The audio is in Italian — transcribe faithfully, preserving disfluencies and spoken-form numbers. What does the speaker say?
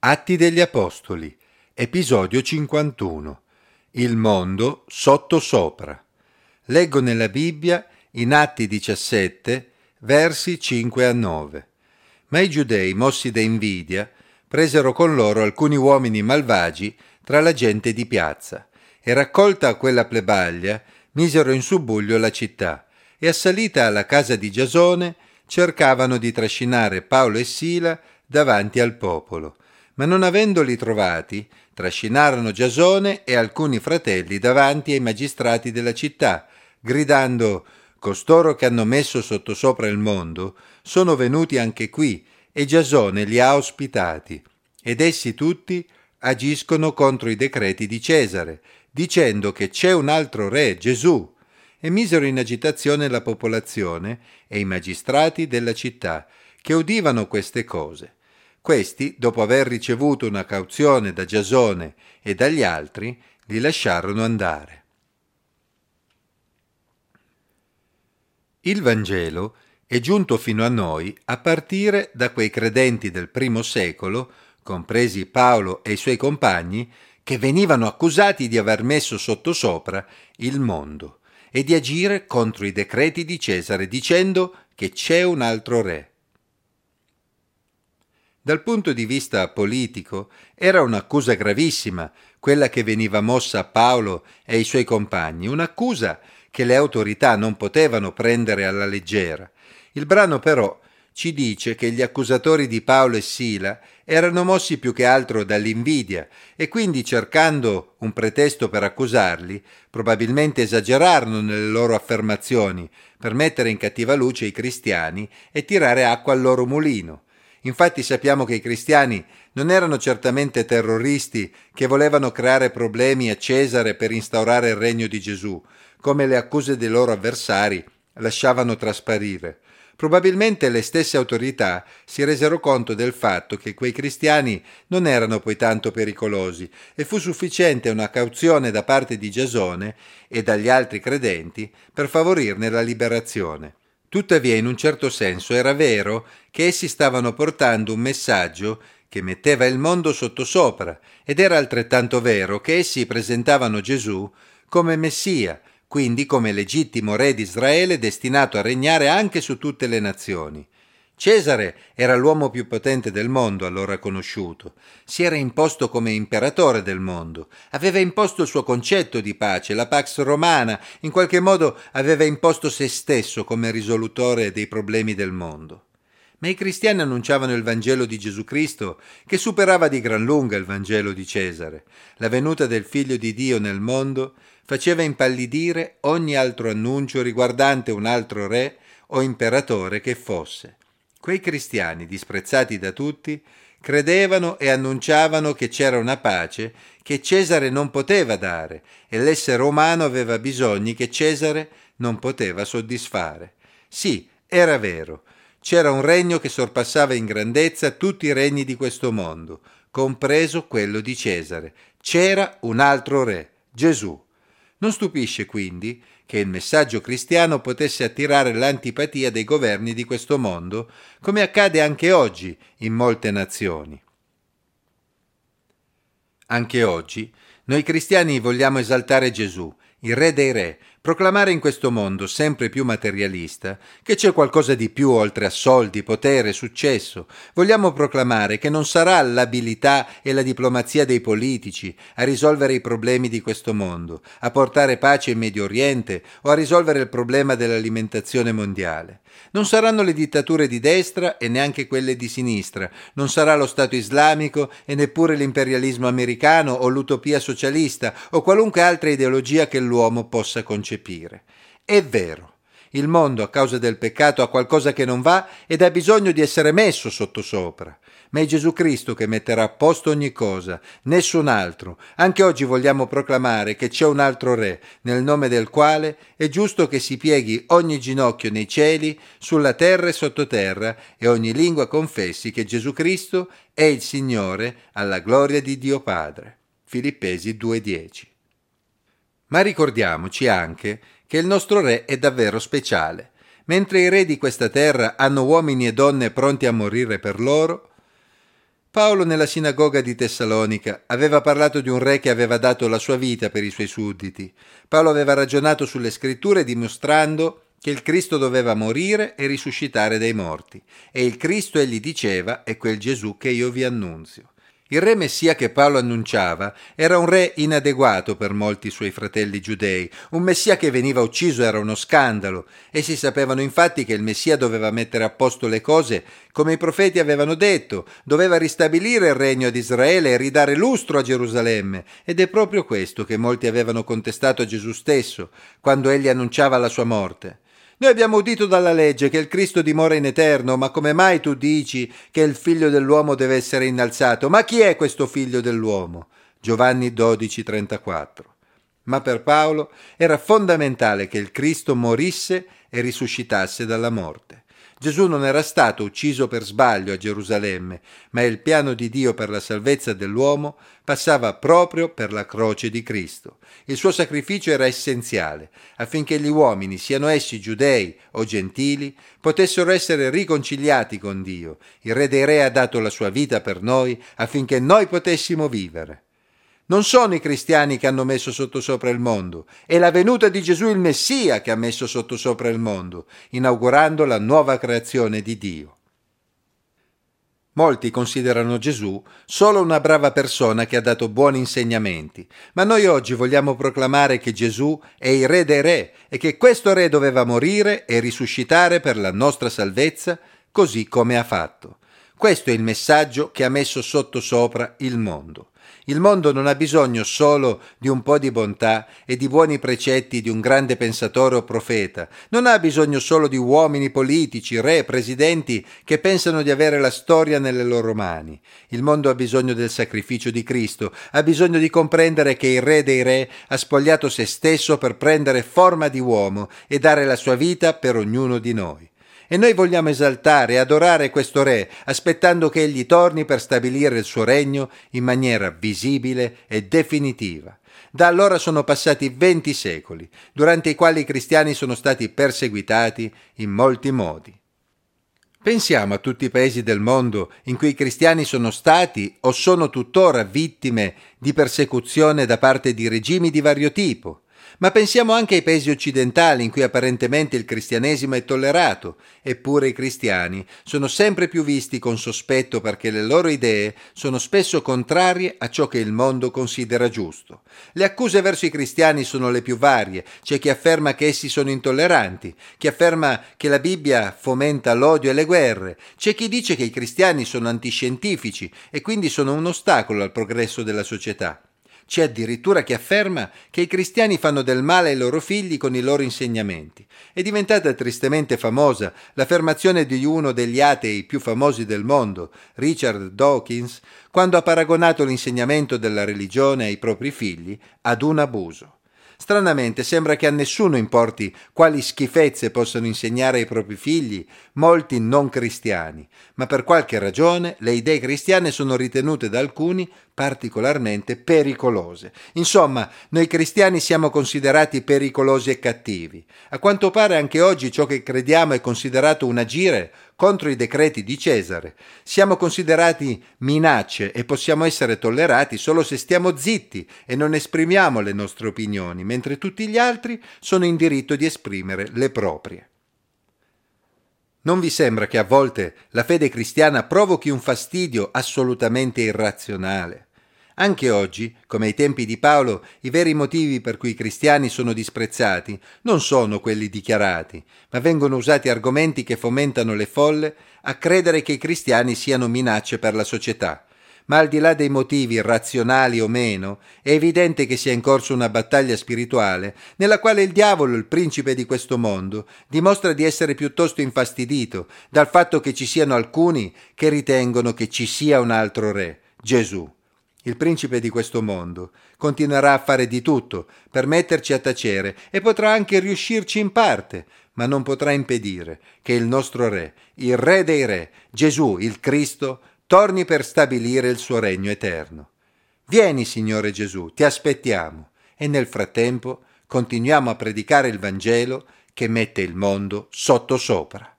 Atti degli Apostoli, episodio cinquantuno. Il mondo sottosopra. Leggo nella Bibbia in Atti diciassette, versi cinque a nove. Ma i giudei, mossi da invidia, presero con loro alcuni uomini malvagi tra la gente di piazza, e raccolta quella plebaglia, misero in subbuglio la città, e assalita alla casa di Giasone, cercavano di trascinare Paolo e Sila davanti al popolo. Ma non avendoli trovati, trascinarono Giasone e alcuni fratelli davanti ai magistrati della città, gridando: «Costoro che hanno messo sottosopra il mondo sono venuti anche qui, e Giasone li ha ospitati, ed essi tutti agiscono contro i decreti di Cesare, dicendo che c'è un altro re, Gesù». E misero in agitazione la popolazione e i magistrati della città, che udivano queste cose. Questi, dopo aver ricevuto una cauzione da Giasone e dagli altri, li lasciarono andare. Il Vangelo è giunto fino a noi a partire da quei credenti del primo secolo, compresi Paolo e i suoi compagni, che venivano accusati di aver messo sottosopra il mondo e di agire contro i decreti di Cesare, dicendo che c'è un altro re. Dal punto di vista politico era un'accusa gravissima quella che veniva mossa a Paolo e ai suoi compagni, un'accusa che le autorità non potevano prendere alla leggera. Il brano però ci dice che gli accusatori di Paolo e Sila erano mossi più che altro dall'invidia e quindi, cercando un pretesto per accusarli, probabilmente esagerarono nelle loro affermazioni per mettere in cattiva luce i cristiani e tirare acqua al loro mulino. Infatti sappiamo che i cristiani non erano certamente terroristi che volevano creare problemi a Cesare per instaurare il regno di Gesù, come le accuse dei loro avversari lasciavano trasparire. Probabilmente le stesse autorità si resero conto del fatto che quei cristiani non erano poi tanto pericolosi e fu sufficiente una cauzione da parte di Giasone e dagli altri credenti per favorirne la liberazione. Tuttavia, in un certo senso, era vero che essi stavano portando un messaggio che metteva il mondo sottosopra, ed era altrettanto vero che essi presentavano Gesù come Messia, quindi come legittimo re di Israele destinato a regnare anche su tutte le nazioni. Cesare era l'uomo più potente del mondo allora conosciuto, si era imposto come imperatore del mondo, aveva imposto il suo concetto di pace, la Pax Romana, in qualche modo aveva imposto se stesso come risolutore dei problemi del mondo. Ma i cristiani annunciavano il Vangelo di Gesù Cristo, che superava di gran lunga il Vangelo di Cesare. La venuta del Figlio di Dio nel mondo faceva impallidire ogni altro annuncio riguardante un altro re o imperatore che fosse. Quei cristiani, disprezzati da tutti, credevano e annunciavano che c'era una pace che Cesare non poteva dare e l'essere umano aveva bisogni che Cesare non poteva soddisfare. Sì, era vero, c'era un regno che sorpassava in grandezza tutti i regni di questo mondo, compreso quello di Cesare. C'era un altro re, Gesù. Non stupisce quindi che il messaggio cristiano potesse attirare l'antipatia dei governi di questo mondo, come accade anche oggi in molte nazioni. Anche oggi noi cristiani vogliamo esaltare Gesù, il Re dei Re, proclamare in questo mondo sempre più materialista che c'è qualcosa di più oltre a soldi, potere, successo. Vogliamo proclamare che non sarà l'abilità e la diplomazia dei politici a risolvere i problemi di questo mondo, a portare pace in Medio Oriente o a risolvere il problema dell'alimentazione mondiale. Non saranno le dittature di destra e neanche quelle di sinistra, non sarà lo Stato islamico e neppure l'imperialismo americano o l'utopia socialista o qualunque altra ideologia che l'uomo possa concepire. È vero, il mondo a causa del peccato ha qualcosa che non va ed ha bisogno di essere messo sottosopra, ma è Gesù Cristo che metterà a posto ogni cosa, nessun altro. Anche oggi vogliamo proclamare che c'è un altro Re, nel nome del quale è giusto che si pieghi ogni ginocchio nei cieli, sulla terra e sottoterra, e ogni lingua confessi che Gesù Cristo è il Signore, alla gloria di Dio Padre. Filippesi due dieci. Ma ricordiamoci anche che il nostro re è davvero speciale. Mentre i re di questa terra hanno uomini e donne pronti a morire per loro, Paolo nella sinagoga di Tessalonica aveva parlato di un re che aveva dato la sua vita per i suoi sudditi. Paolo aveva ragionato sulle scritture dimostrando che il Cristo doveva morire e risuscitare dai morti. E il Cristo, egli diceva, è quel Gesù che io vi annunzio. Il re Messia che Paolo annunciava era un re inadeguato per molti suoi fratelli giudei. Un Messia che veniva ucciso era uno scandalo. Essi sapevano infatti che il Messia doveva mettere a posto le cose come i profeti avevano detto, doveva ristabilire il regno ad Israele e ridare lustro a Gerusalemme. Ed è proprio questo che molti avevano contestato a Gesù stesso quando egli annunciava la sua morte. Noi abbiamo udito dalla legge che il Cristo dimora in eterno, ma come mai tu dici che il figlio dell'uomo deve essere innalzato? Ma chi è questo figlio dell'uomo? Giovanni dodici trentaquattro. Ma per Paolo era fondamentale che il Cristo morisse e risuscitasse dalla morte. Gesù non era stato ucciso per sbaglio a Gerusalemme, ma il piano di Dio per la salvezza dell'uomo passava proprio per la croce di Cristo. Il suo sacrificio era essenziale, affinché gli uomini, siano essi giudei o gentili, potessero essere riconciliati con Dio. Il Re dei Re ha dato la sua vita per noi, affinché noi potessimo vivere. Non sono i cristiani che hanno messo sottosopra il mondo, è la venuta di Gesù il Messia che ha messo sottosopra il mondo, inaugurando la nuova creazione di Dio. Molti considerano Gesù solo una brava persona che ha dato buoni insegnamenti, ma noi oggi vogliamo proclamare che Gesù è il Re dei Re e che questo Re doveva morire e risuscitare per la nostra salvezza, così come ha fatto. Questo è il messaggio che ha messo sottosopra il mondo. Il mondo non ha bisogno solo di un po' di bontà e di buoni precetti di un grande pensatore o profeta. Non ha bisogno solo di uomini politici, re, presidenti che pensano di avere la storia nelle loro mani. Il mondo ha bisogno del sacrificio di Cristo, ha bisogno di comprendere che il Re dei Re ha spogliato se stesso per prendere forma di uomo e dare la sua vita per ognuno di noi. E noi vogliamo esaltare e adorare questo Re, aspettando che egli torni per stabilire il suo regno in maniera visibile e definitiva. Da allora sono passati venti secoli, durante i quali i cristiani sono stati perseguitati in molti modi. Pensiamo a tutti i paesi del mondo in cui i cristiani sono stati o sono tuttora vittime di persecuzione da parte di regimi di vario tipo. Ma pensiamo anche ai paesi occidentali in cui apparentemente il cristianesimo è tollerato, eppure i cristiani sono sempre più visti con sospetto perché le loro idee sono spesso contrarie a ciò che il mondo considera giusto. Le accuse verso i cristiani sono le più varie, c'è chi afferma che essi sono intolleranti, chi afferma che la Bibbia fomenta l'odio e le guerre, c'è chi dice che i cristiani sono antiscientifici e quindi sono un ostacolo al progresso della società. C'è addirittura chi afferma che i cristiani fanno del male ai loro figli con i loro insegnamenti. È diventata tristemente famosa l'affermazione di uno degli atei più famosi del mondo, Richard Dawkins, quando ha paragonato l'insegnamento della religione ai propri figli ad un abuso. Stranamente sembra che a nessuno importi quali schifezze possano insegnare ai propri figli molti non cristiani, ma per qualche ragione le idee cristiane sono ritenute da alcuni particolarmente pericolose. Insomma, noi cristiani siamo considerati pericolosi e cattivi. A quanto pare anche oggi ciò che crediamo è considerato un agire contro i decreti di Cesare. Siamo considerati minacce e possiamo essere tollerati solo se stiamo zitti e non esprimiamo le nostre opinioni, mentre tutti gli altri sono in diritto di esprimere le proprie. Non vi sembra che a volte la fede cristiana provochi un fastidio assolutamente irrazionale? Anche oggi, come ai tempi di Paolo, i veri motivi per cui i cristiani sono disprezzati non sono quelli dichiarati, ma vengono usati argomenti che fomentano le folle a credere che i cristiani siano minacce per la società. Ma al di là dei motivi razionali o meno, è evidente che sia in corso una battaglia spirituale nella quale il diavolo, il principe di questo mondo, dimostra di essere piuttosto infastidito dal fatto che ci siano alcuni che ritengono che ci sia un altro re, Gesù. Il principe di questo mondo continuerà a fare di tutto per metterci a tacere e potrà anche riuscirci in parte, ma non potrà impedire che il nostro re, il Re dei Re, Gesù, il Cristo, torni per stabilire il suo regno eterno. Vieni, Signore Gesù, ti aspettiamo e nel frattempo continuiamo a predicare il Vangelo che mette il mondo sottosopra.